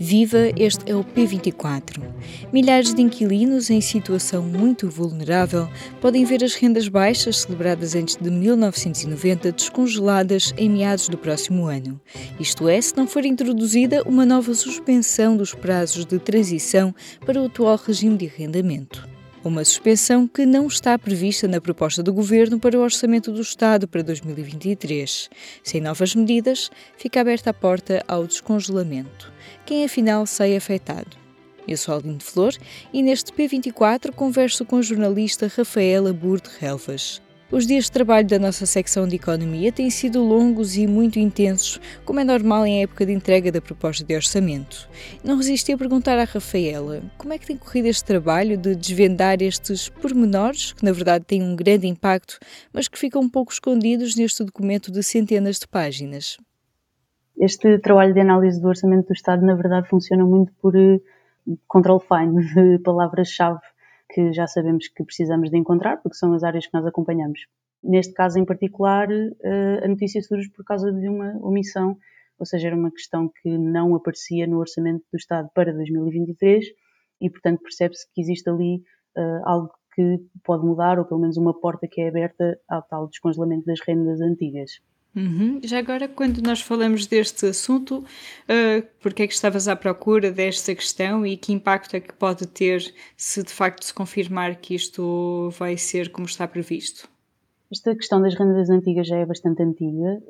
Viva, este é o P24. Milhares de inquilinos em situação muito vulnerável podem ver as rendas baixas celebradas antes de 1990 descongeladas em meados do próximo ano. Isto é, se não for introduzida uma nova suspensão dos prazos de transição para o atual regime de arrendamento. Uma suspensão que não está prevista na proposta do Governo para o Orçamento do Estado para 2023. Sem novas medidas, fica aberta a porta ao descongelamento. Quem afinal sai afetado? Eu sou Aline Flor e neste P24 converso com a jornalista Rafaela Burde Relvas. Os dias de trabalho da nossa secção de Economia têm sido longos e muito intensos, como é normal em época de entrega da proposta de orçamento. Não resisti a perguntar à Rafaela como é que tem corrido este trabalho de desvendar estes pormenores, que na verdade têm um grande impacto, mas que ficam um pouco escondidos neste documento de centenas de páginas. Este trabalho de análise do Orçamento do Estado, na verdade, funciona muito por control fine de palavras-chave que já sabemos que precisamos de encontrar, porque são as áreas que nós acompanhamos. Neste caso em particular, a notícia surge por causa de uma omissão, ou seja, era uma questão que não aparecia no Orçamento do Estado para 2023 e, portanto, percebe-se que existe ali algo que pode mudar, ou pelo menos uma porta que é aberta ao tal descongelamento das rendas antigas. Já agora, quando nós falamos deste assunto, porque é que estavas à procura desta questão e que impacto é que pode ter se de facto se confirmar que isto vai ser como está previsto? Esta questão das rendas antigas já é bastante antiga,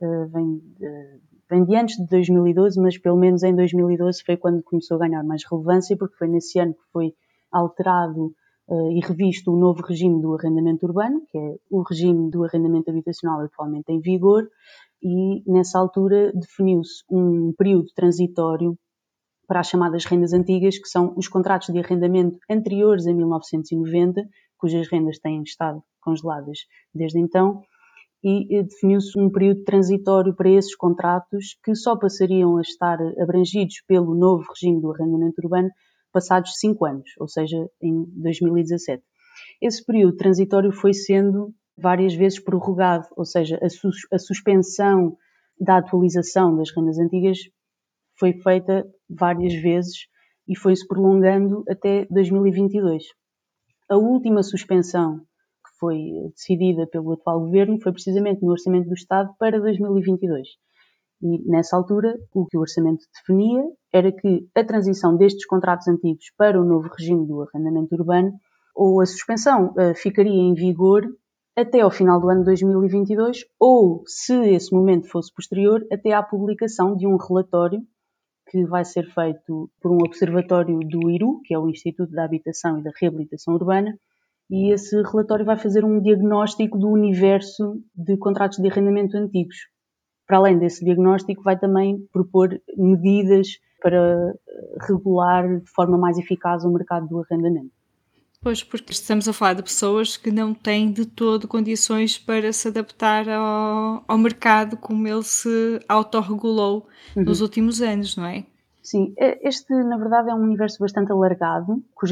vem de antes de 2012, mas pelo menos em 2012 foi quando começou a ganhar mais relevância, porque foi nesse ano que foi alterado e revisto o novo regime do arrendamento urbano, que é o regime do arrendamento habitacional atualmente em vigor, e nessa altura definiu-se um período transitório para as chamadas rendas antigas, que são os contratos de arrendamento anteriores a 1990, cujas rendas têm estado congeladas desde então, e definiu-se um período transitório para esses contratos que só passariam a estar abrangidos pelo novo regime do arrendamento urbano passados 5 anos, ou seja, em 2017. Esse período transitório foi sendo várias vezes prorrogado, ou seja, a suspensão da atualização das rendas antigas foi feita várias vezes e foi-se prolongando até 2022. A última suspensão que foi decidida pelo atual governo foi precisamente no Orçamento do Estado para 2022. E nessa altura, o que o Orçamento definia era que a transição destes contratos antigos para o novo regime do arrendamento urbano, ou a suspensão ficaria em vigor até ao final do ano 2022, ou, se esse momento fosse posterior, até à publicação de um relatório que vai ser feito por um observatório do IRU, que é o Instituto da Habitação e da Reabilitação Urbana, e esse relatório vai fazer um diagnóstico do universo de contratos de arrendamento antigos. Para além desse diagnóstico, vai também propor medidas para regular de forma mais eficaz o mercado do arrendamento. Pois, porque estamos a falar de pessoas que não têm de todo condições para se adaptar ao mercado como ele se autorregulou nos últimos anos, não é? Sim, este na verdade é um universo bastante alargado, cuja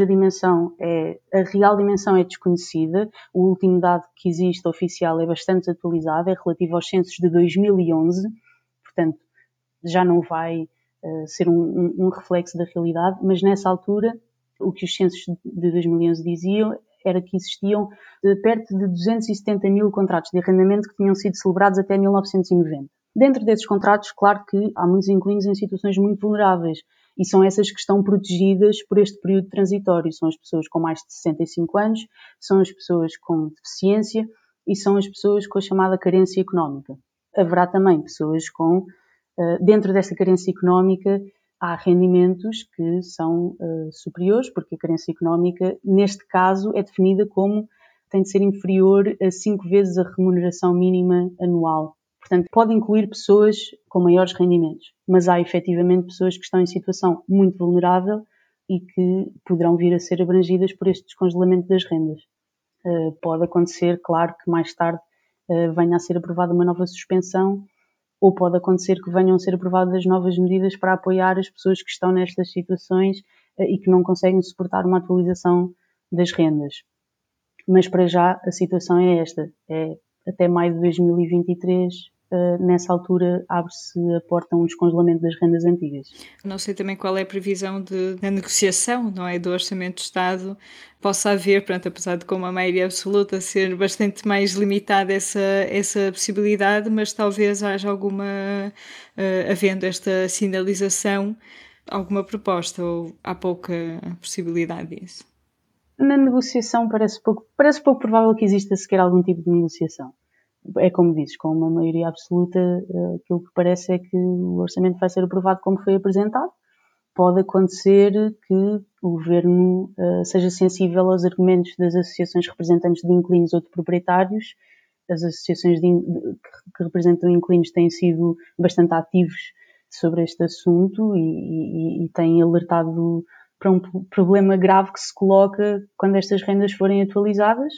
a real dimensão é desconhecida. O último dado que existe oficial é bastante atualizado, é relativo aos censos de 2011, portanto já não vai ser um reflexo da realidade, mas nessa altura o que os censos de 2011 diziam era que existiam perto de 270 mil contratos de arrendamento que tinham sido celebrados até 1990. Dentro desses contratos, claro que há muitos inquilinos em situações muito vulneráveis e são essas que estão protegidas por este período transitório. São as pessoas com mais de 65 anos, são as pessoas com deficiência e são as pessoas com a chamada carência económica. Haverá também pessoas dentro desta carência económica, há rendimentos que são superiores, porque a carência económica, neste caso, é definida como tem de ser inferior a 5 vezes a remuneração mínima anual. Portanto, pode incluir pessoas com maiores rendimentos, mas há efetivamente pessoas que estão em situação muito vulnerável e que poderão vir a ser abrangidas por este descongelamento das rendas. Pode acontecer, claro, que mais tarde venha a ser aprovada uma nova suspensão, ou pode acontecer que venham a ser aprovadas novas medidas para apoiar as pessoas que estão nestas situações e que não conseguem suportar uma atualização das rendas. Mas para já a situação é esta, é até maio de 2023 nessa altura abre-se a porta a um descongelamento das rendas antigas. Não sei também qual é a previsão da negociação, não é, do Orçamento do Estado. Possa haver, pronto, apesar de com uma maioria absoluta ser bastante mais limitada essa possibilidade, mas talvez haja alguma, havendo esta sinalização, alguma proposta, ou há pouca possibilidade disso? Na negociação parece pouco provável que exista sequer algum tipo de negociação. É como dizes, com uma maioria absoluta, aquilo que parece é que o orçamento vai ser aprovado como foi apresentado. Pode acontecer que o Governo seja sensível aos argumentos das associações representantes de inquilinos ou de proprietários. As associações que representam inquilinos têm sido bastante ativos sobre este assunto e têm alertado para um problema grave que se coloca quando estas rendas forem atualizadas,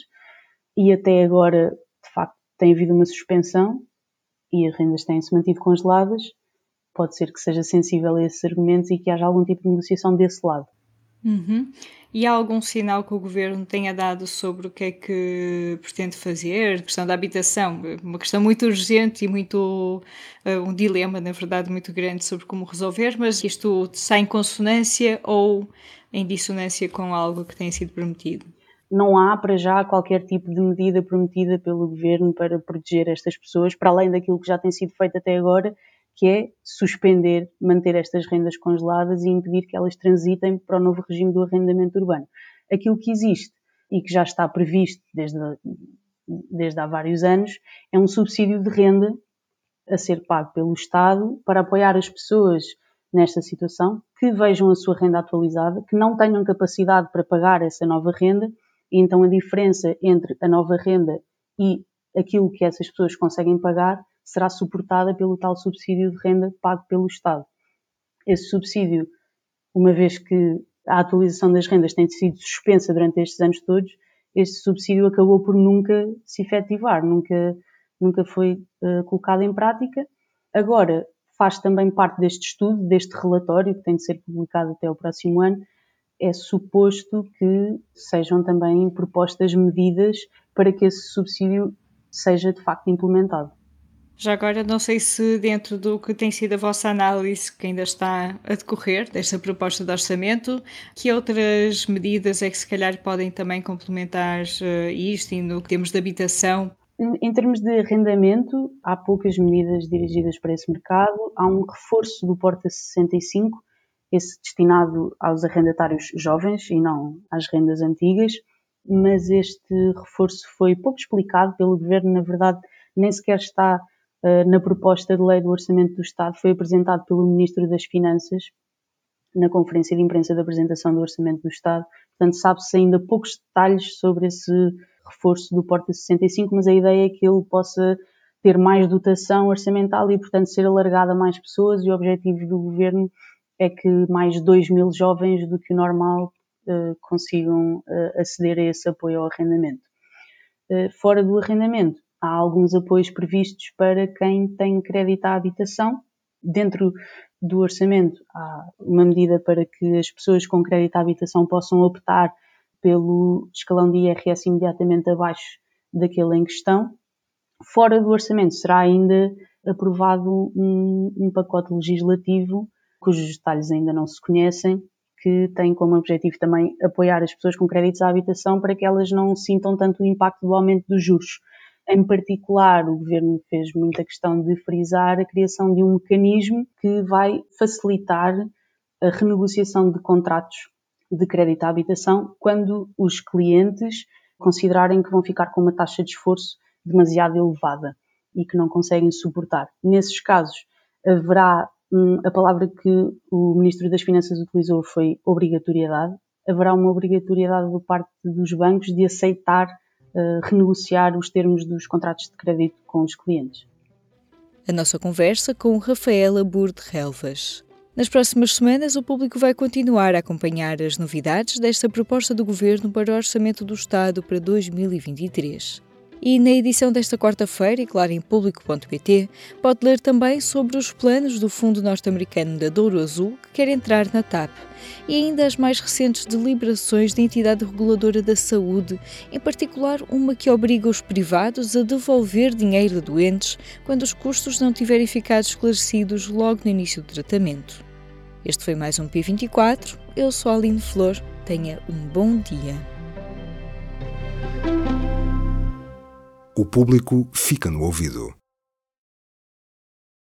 e até agora, de facto, tem havido uma suspensão e as rendas têm-se mantido congeladas. Pode ser que seja sensível a esses argumentos e que haja algum tipo de negociação desse lado. Uhum. E há algum sinal que o Governo tenha dado sobre o que é que pretende fazer? A questão da habitação, uma questão muito urgente e muito um dilema, na verdade, muito grande sobre como resolver, mas isto está em consonância ou em dissonância com algo que tenha sido prometido? Não há, para já, qualquer tipo de medida prometida pelo Governo para proteger estas pessoas, para além daquilo que já tem sido feito até agora, que é suspender, manter estas rendas congeladas e impedir que elas transitem para o novo regime do arrendamento urbano. Aquilo que existe e que já está previsto desde há vários anos é um subsídio de renda a ser pago pelo Estado para apoiar as pessoas nesta situação, que vejam a sua renda atualizada, que não tenham capacidade para pagar essa nova renda, e então a diferença entre a nova renda e aquilo que essas pessoas conseguem pagar será suportada pelo tal subsídio de renda pago pelo Estado. Esse subsídio, uma vez que a atualização das rendas tem sido suspensa durante estes anos todos, este subsídio acabou por nunca se efetivar, nunca foi colocado em prática. Agora, faz também parte deste estudo, deste relatório, que tem de ser publicado até o próximo ano. É suposto que sejam também propostas medidas para que esse subsídio seja de facto implementado. Já agora, não sei se dentro do que tem sido a vossa análise, que ainda está a decorrer, desta proposta de orçamento, que outras medidas é que se calhar podem também complementar isto, e no que temos de habitação? Em termos de arrendamento, há poucas medidas dirigidas para esse mercado. Há um reforço do Porta 65, esse destinado aos arrendatários jovens e não às rendas antigas, mas este reforço foi pouco explicado pelo Governo. Na verdade, nem sequer está na proposta de lei do Orçamento do Estado. Foi apresentado pelo Ministro das Finanças na conferência de imprensa da apresentação do Orçamento do Estado. Portanto, sabe-se ainda poucos detalhes sobre esse reforço do Porta 65, mas a ideia é que ele possa ter mais dotação orçamental e, portanto, ser alargado a mais pessoas, e o objetivo do Governo é que mais 2.000 jovens do que o normal consigam aceder a esse apoio ao arrendamento. Fora do arrendamento, há alguns apoios previstos para quem tem crédito à habitação. Dentro do orçamento há uma medida para que as pessoas com crédito à habitação possam optar pelo escalão de IRS imediatamente abaixo daquele em questão. Fora do orçamento será ainda aprovado um pacote legislativo, cujos detalhes ainda não se conhecem, que tem como objetivo também apoiar as pessoas com créditos à habitação para que elas não sintam tanto o impacto do aumento dos juros. Em particular, o Governo fez muita questão de frisar a criação de um mecanismo que vai facilitar a renegociação de contratos de crédito à habitação quando os clientes considerarem que vão ficar com uma taxa de esforço demasiado elevada e que não conseguem suportar. Nesses casos, haverá a palavra que o Ministro das Finanças utilizou foi obrigatoriedade. Haverá uma obrigatoriedade por parte dos bancos de aceitar renegociar os termos dos contratos de crédito com os clientes. A nossa conversa com Rafaela Burde Relvas. Nas próximas semanas, o público vai continuar a acompanhar as novidades desta proposta do Governo para o Orçamento do Estado para 2023. E na edição desta quarta-feira, e claro, em público.pt, pode ler também sobre os planos do Fundo Norte-Americano da Douro Azul, que quer entrar na TAP, e ainda as mais recentes deliberações da entidade reguladora da saúde, em particular uma que obriga os privados a devolver dinheiro a doentes quando os custos não tiverem ficado esclarecidos logo no início do tratamento. Este foi mais um P24, eu sou a Aline Flor, tenha um bom dia. O público fica no ouvido.